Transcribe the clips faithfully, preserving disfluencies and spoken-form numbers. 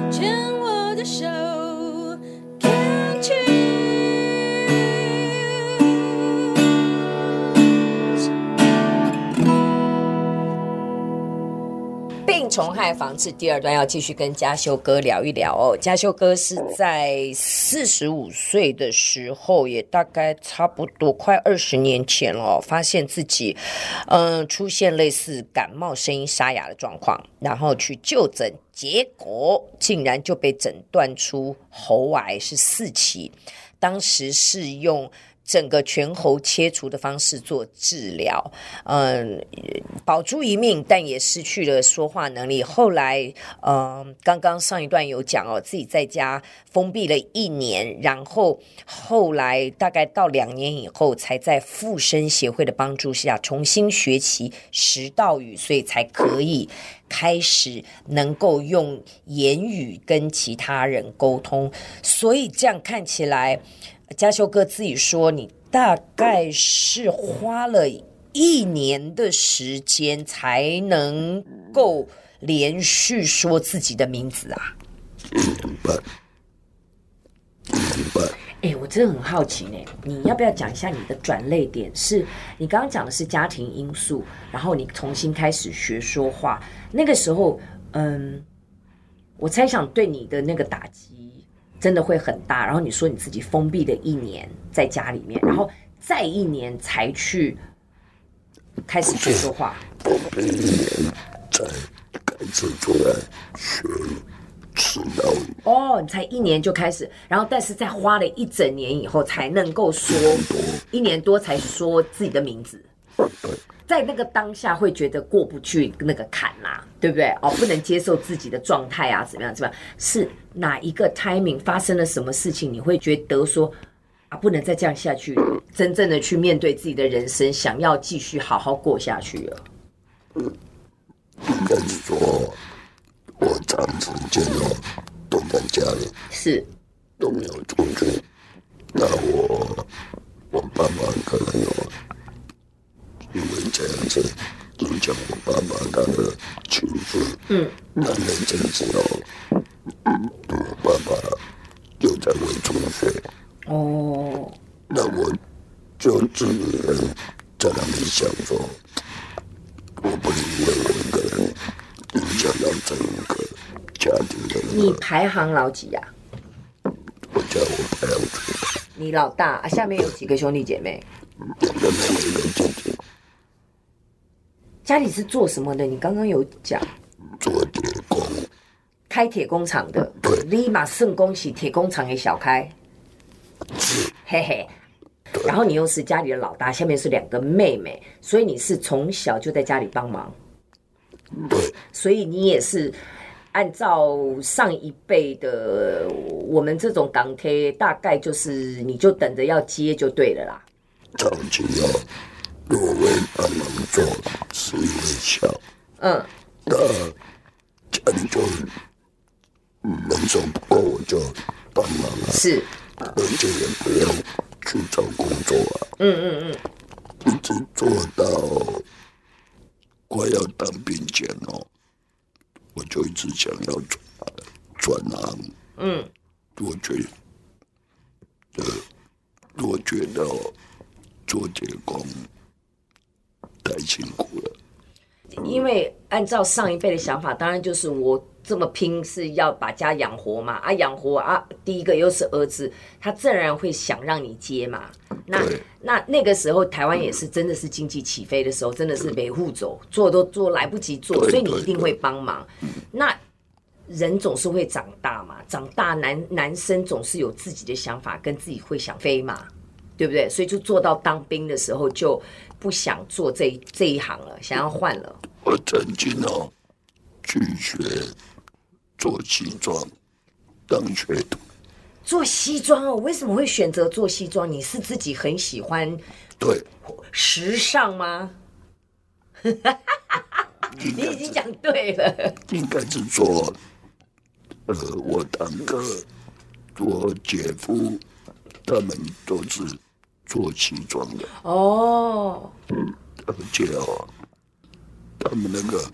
牵我的手 Can't you。病虫害防治第二段要继续跟嘉修哥聊一聊哦。嘉修哥是在四十五岁的时候，也大概差不多快二十年前哦，发现自己嗯、呃、出现类似感冒声音沙哑的状况，然后去就诊，结果竟然就被诊断出喉癌是四期，当时是用整个全喉切除的方式做治疗，嗯，保住一命，但也失去了说话能力。后来，嗯，刚刚上一段有讲哦，自己在家封闭了一年，然后后来大概到两年以后，才在复生协会的帮助下重新学习食道语，所以才可以开始能够用言语跟其他人沟通。所以这样看起来，嘉修哥自己说，你大概是花了一年的时间才能够连续说自己的名字啊。 一年半，一年半。 哎，我真的很好奇呢，你要不要讲一下你的转捩点？是你刚刚讲的是家庭因素，然后你重新开始学说话，那个时候，嗯，我猜想对你的那个打击真的会很大。然后你说你自己封闭了一年在家里面，然后再一年才去开始学说话。 封闭一年才开始出来学吃道语。 哦，你才一年就开始，然后但是在花了一整年以后才能够说，一年多才说自己的名字。 对。 在那个当下会觉得过不去那个坎啦、啊，对不对？哦，不能接受自己的状态啊，怎么样怎么样？是哪一个 timing 发生了什么事情，你会觉得说啊，不能再这样下去了，真正的去面对自己的人生，想要继续好好过下去了？ 嗯，应该是说，我长时间哦都在家里，是都没有出去。那我我爸爸可能有。因为这样子影响我爸爸他的情绪，嗯，那那阵子哦，我爸爸又在胃出血，哦，那我就自然在那里想说，我不能因为我一个人影响到整个家庭的。 你排行老几呀、 啊？我叫我排行最。 你老大啊？下面有几个兄弟姐妹？ 两个妹妹一个姐姐。 家里是做什么的？你刚刚有讲， 做铁工， 开铁工厂的。 对， 立马圣恭喜铁工厂也小开，嘿嘿。然后你又是家里的老大，下面是两个妹妹，所以你是从小就在家里帮忙。 对， 所以你也是按照上一辈的我们这种港铁，大概就是你就等着要接就对了啦。 早期哦。若为帮忙做事业小，嗯，那家里就人手不够，我就帮忙啊。是，而且也不要去找工作啊。嗯嗯嗯，一直做到快要当兵前哦，我就一直想要转转行。嗯，我觉得，我觉得做铁工。太辛苦了， 因为按照上一辈的想法，当然就是我这么拼是要把家养活嘛，啊养活啊，第一个又是儿子，他自然会想让你接嘛。那那那个时候台湾也是真的是经济起飞的时候，真的是没户走，做都做来不及做，所以你一定会帮忙。那人总是会长大嘛，长大男男生总是有自己的想法，跟自己会想飞嘛。对不对？所以就做到当兵的时候就不想做这一这一行了，想要换了。 我曾经哦去学做西装，当学徒。 做西装哦？为什么会选择做西装？你是自己很喜欢对时尚吗？你已经讲对了。 应该是说，呃，我堂哥、我姐夫，他们都是。做西装的哦，嗯，而且哦，他们那个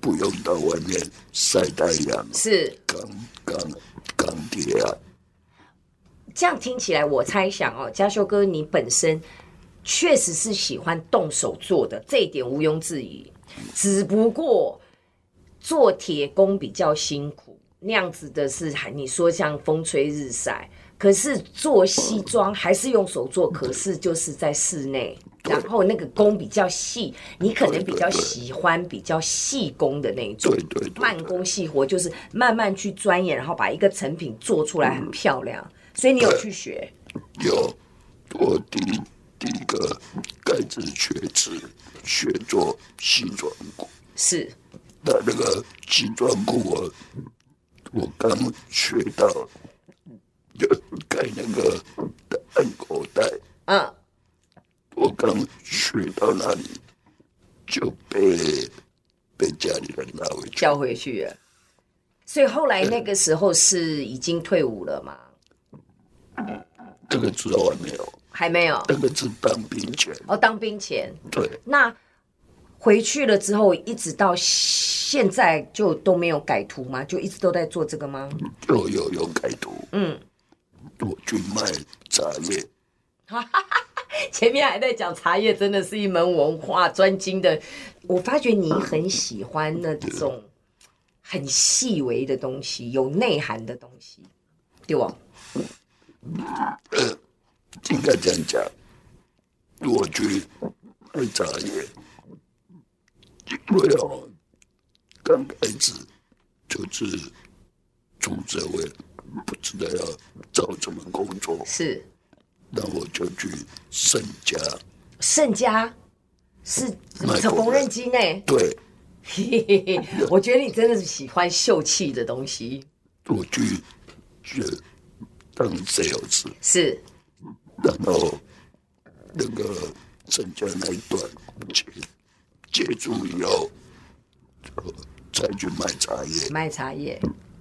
不用到外面晒太阳， 是钢钢钢铁啊。 这样听起来，我猜想哦，嘉修哥你本身确实是喜欢动手做的，这一点毋庸置疑。只不过做铁工比较辛苦，那样子的是你说像风吹日晒，可是做西装还是用手做，可是就是在室内，然后那个工比较细，你可能比较喜欢比较细工的那种， 对对对， 慢工细活，就是慢慢去钻研，然后把一个成品做出来很漂亮。所以你有去学？ 有，我第第一个盖子学制学做西装裤， 是。 那那个西装裤我我刚学到，就盖那个暗口袋， 嗯， 我刚学到那里就被被家里人拿回去， 叫回去了。所以后来那个时候是已经退伍了嘛？ 这个之后还没有， 还没有。 那个是当兵前。 哦，当兵前。 对。 那回去了之后，一直到现在就都没有改图吗？就一直都在做这个吗？ 有有有改图。嗯。我去卖茶叶。 前面还在讲茶叶，真的是一门文化专精的。我发觉你很喜欢那种很细微的东西，有内涵的东西，对吧？ 呃，应该这样讲，我去卖茶叶，因为哦，刚开始就是出社会，不知道要找什么工作， 是， 那我就去盛家。 盛家是缝纫机呢？ 对， 嘿嘿嘿，我觉得你真的是喜欢秀气的东西。 我去去当 sales 是， 然后那个盛家那一段结结束以后，再去卖茶叶。 卖茶叶。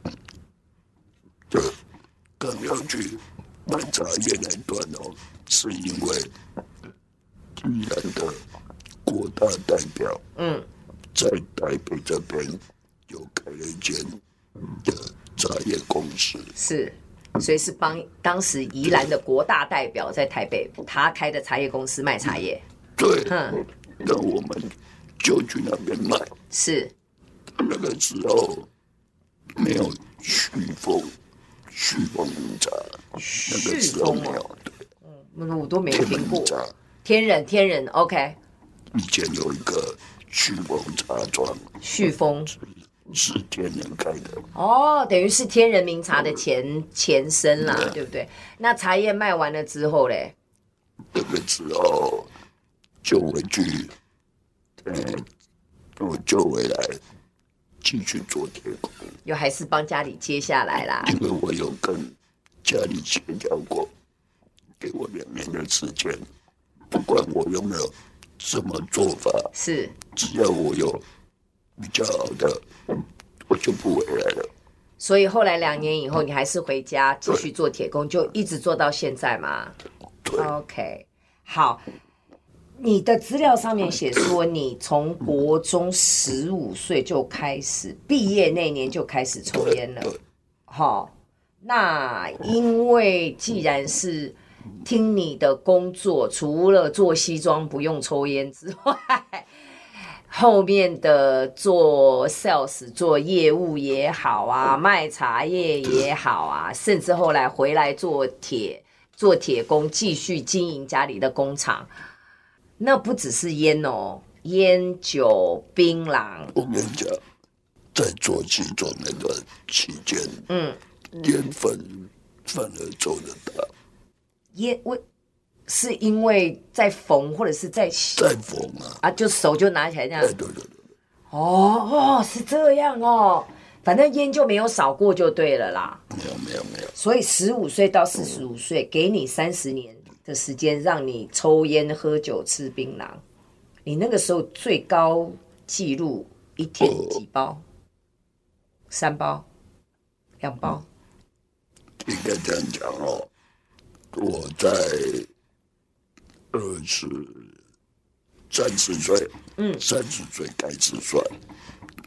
对，刚要去卖茶叶那一段哦，是因为宜兰的国大代表，嗯，在台北这边有开了一间的茶叶公司。 是。所以是帮当时宜兰的国大代表在台北，他开的茶叶公司卖茶叶。 对，嗯，那我们就去那边卖。 是， 那个时候没有旭峰，旭峰茶，那个时候没有。对， 嗯，我都没听过。天人，天人 ，OK。 以前有一个旭峰茶庄。 旭峰。 是天人开的哦，等于是天人茗茶的前前身啦，对不对？那茶叶卖完了之后嘞， 那个时候就回去，呃，我就回来继续做铁工， 又还是帮家里接下来啦。 因为我有跟家里协调过，给我两年的时间，不管我有没有什么做法， 是只要我有比较好的，我就不回来了。 所以后来两年以后，你还是回家继续做铁工，就一直做到现在嘛？ 对。 OK， 好。你的资料上面写说，你从国中十五岁就开始，毕业那年就开始抽烟了。好，那因为既然是听你的工作，除了做西装不用抽烟之外，后面的做 sales 做业务也好啊，卖茶叶也好啊，甚至后来回来做铁做铁工，继续经营家里的工厂。那不只是烟哦，烟酒槟榔。 我跟你讲，在做西装那段期间，嗯，烟粉反而做得大。 烟我是因为在缝，或者是在在缝啊啊，就手就拿起来这样。 对对对对。 哦哦，是这样哦，反正烟就没有少过就对了啦。 没有没有没有。 所以十五岁到四十五岁，给你三十年的时间，让你抽烟、喝酒、吃槟榔。你那个时候最高纪录一天几包？哦、三包、两包？ 应该这样讲哦。我在二十三十岁，嗯，三十岁开始算，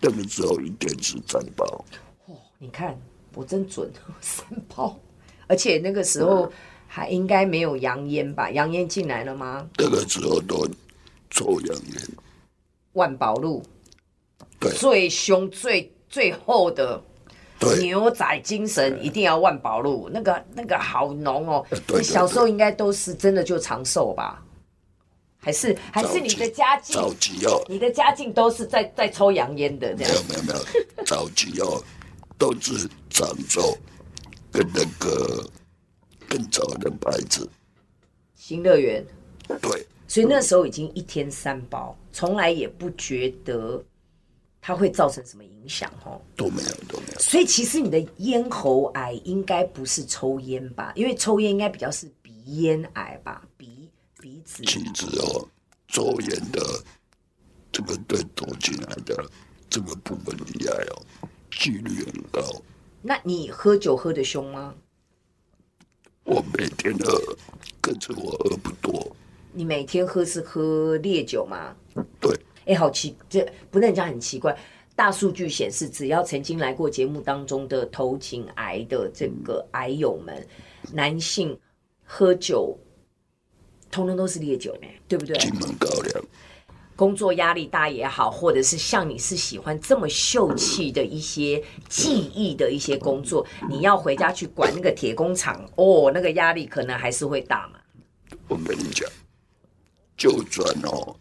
那个时候一天是三包。 哦，你看我真准，三包，而且那个时候还应该没有洋烟吧？洋烟进来了吗？ 那个时候都抽洋烟。 万宝路， 对， 最凶最最厚的牛仔精神一定要万宝路，那个那个好浓哦。 对对对， 你小时候应该都是真的就长寿吧？还是还是你的家境？ 早期哦， 你的家境都是在在抽洋烟的这样？ 没有没有没有，早期哦都是长寿跟那个更早的牌子。 新乐园。 对。 所以那时候已经一天三包，从来也不觉得它会造成什么影响哦， 都没有都没有。 所以其实你的咽喉癌应该不是抽烟吧？因为抽烟应该比较是鼻咽癌吧，鼻鼻子。 其实哦，抽烟的这个对走进来的这个部分厉害哦，几率很高。 那你喝酒喝得凶吗？ 我每天喝，可是我喝不多。 你每天喝是喝烈酒吗？ 对。 哎，好奇，这不能讲很奇怪。大数据显示，只要曾经来过节目当中的头颈癌的这个癌友们，嗯、男性喝酒，通通都是烈酒呢，对不对？ 金门高粱。 工作压力大也好，或者是像你是喜欢这么秀气的一些技艺的一些工作，你要回家去管那个铁工厂，哦，那个压力可能还是会大嘛。 我跟你讲。就算哦，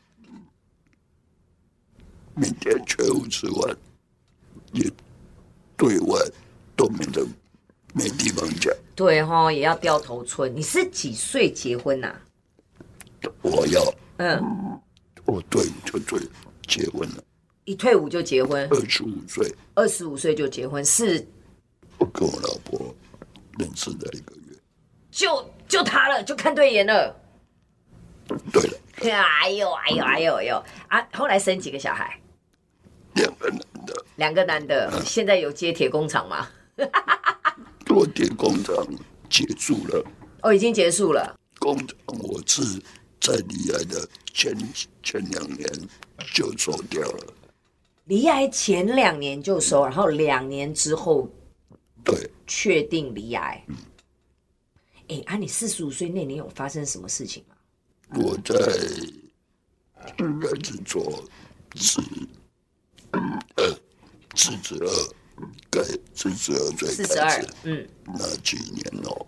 明天缺五十万，也对外都没得没地方讲。 对哈、哦，也要掉头寸。你是几岁结婚呐、啊？ 我要， 嗯， 我退伍就退结婚了。 一退伍就结婚？ 二十五岁。 二十五岁就结婚是？ 我跟我老婆认识了一个月， 就就他了，就看对眼了。 对了。 哎呦哎呦哎呦哎呦啊！后来生几个小孩？ 两个男的。 两个男的，嗯、现在有接铁工厂吗？ 做铁工厂结束了。 哦，已经结束了。 工厂我是在离癌的前前两年就收掉了。 离癌前两年就收，然后两年之后， 对， 确定离癌。哎、嗯，啊，你四十五岁那年有发生什么事情吗？ 我在应该是做四呃四十二，该四十二岁四十二，嗯， 那几年哦，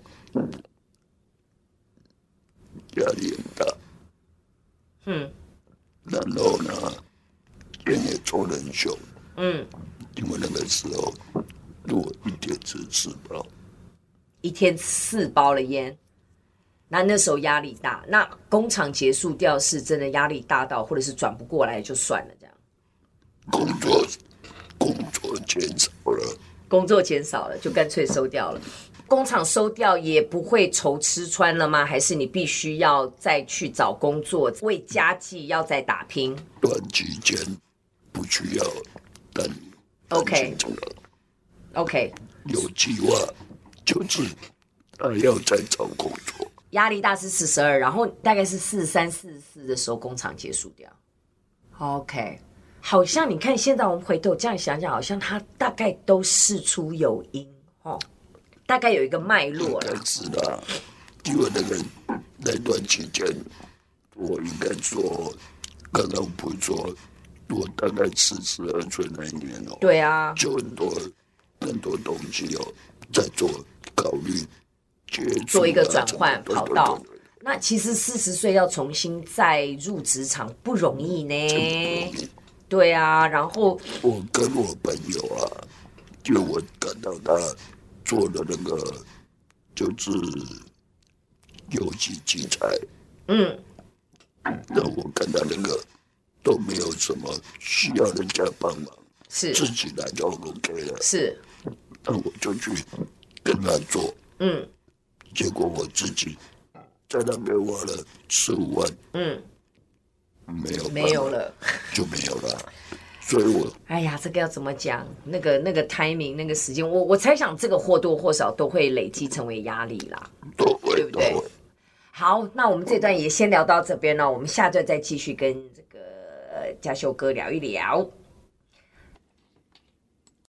压力很大， 嗯， 然后呢，烟也抽得很凶， 嗯， 因为那个时候我一天吃四包， 一天四包了烟。那那时候压力大，那工厂结束掉是真的压力大到，或者是转不过来就算了这样。 工作工作减少了， 工作减少了就干脆收掉了。工厂收掉也不会愁吃穿了吗？还是你必须要再去找工作，为家计要再打拼？ 短期间不需要，但 OK OK 有计划就是还要再找工作。 压力大是四十二，然后大概是四十三、四十四的时候工厂结束掉。OK， 好像你看现在我们回头这样想想，好像它大概都事出有因哦，大概有一个脉络了。 是的，因为那个那段期间，我应该说，刚刚不是说，我大概四十二岁那一年哦， 对啊， 就很多很多东西哦，在做考虑。 做一个转换跑道，那其实四十岁要重新再入职场不容易呢。对啊，然后我跟我朋友啊，就我看到他做的那个就是游戏器材， 嗯， 那我看到那个都没有什么需要人家帮忙， 是自己来就 OK 了。 是， 那我就去跟他做， 嗯。 结果我自己在那边花了十五万， 嗯， 没有没有了， 就没有了。所以我哎呀，这个要怎么讲？那个那个 timing 那个时间，我我猜想这个或多或少都会累积成为压力啦， 都会， 对不对？好，那我们这段也先聊到这边了，我们下段再继续跟这个嘉修哥聊一聊。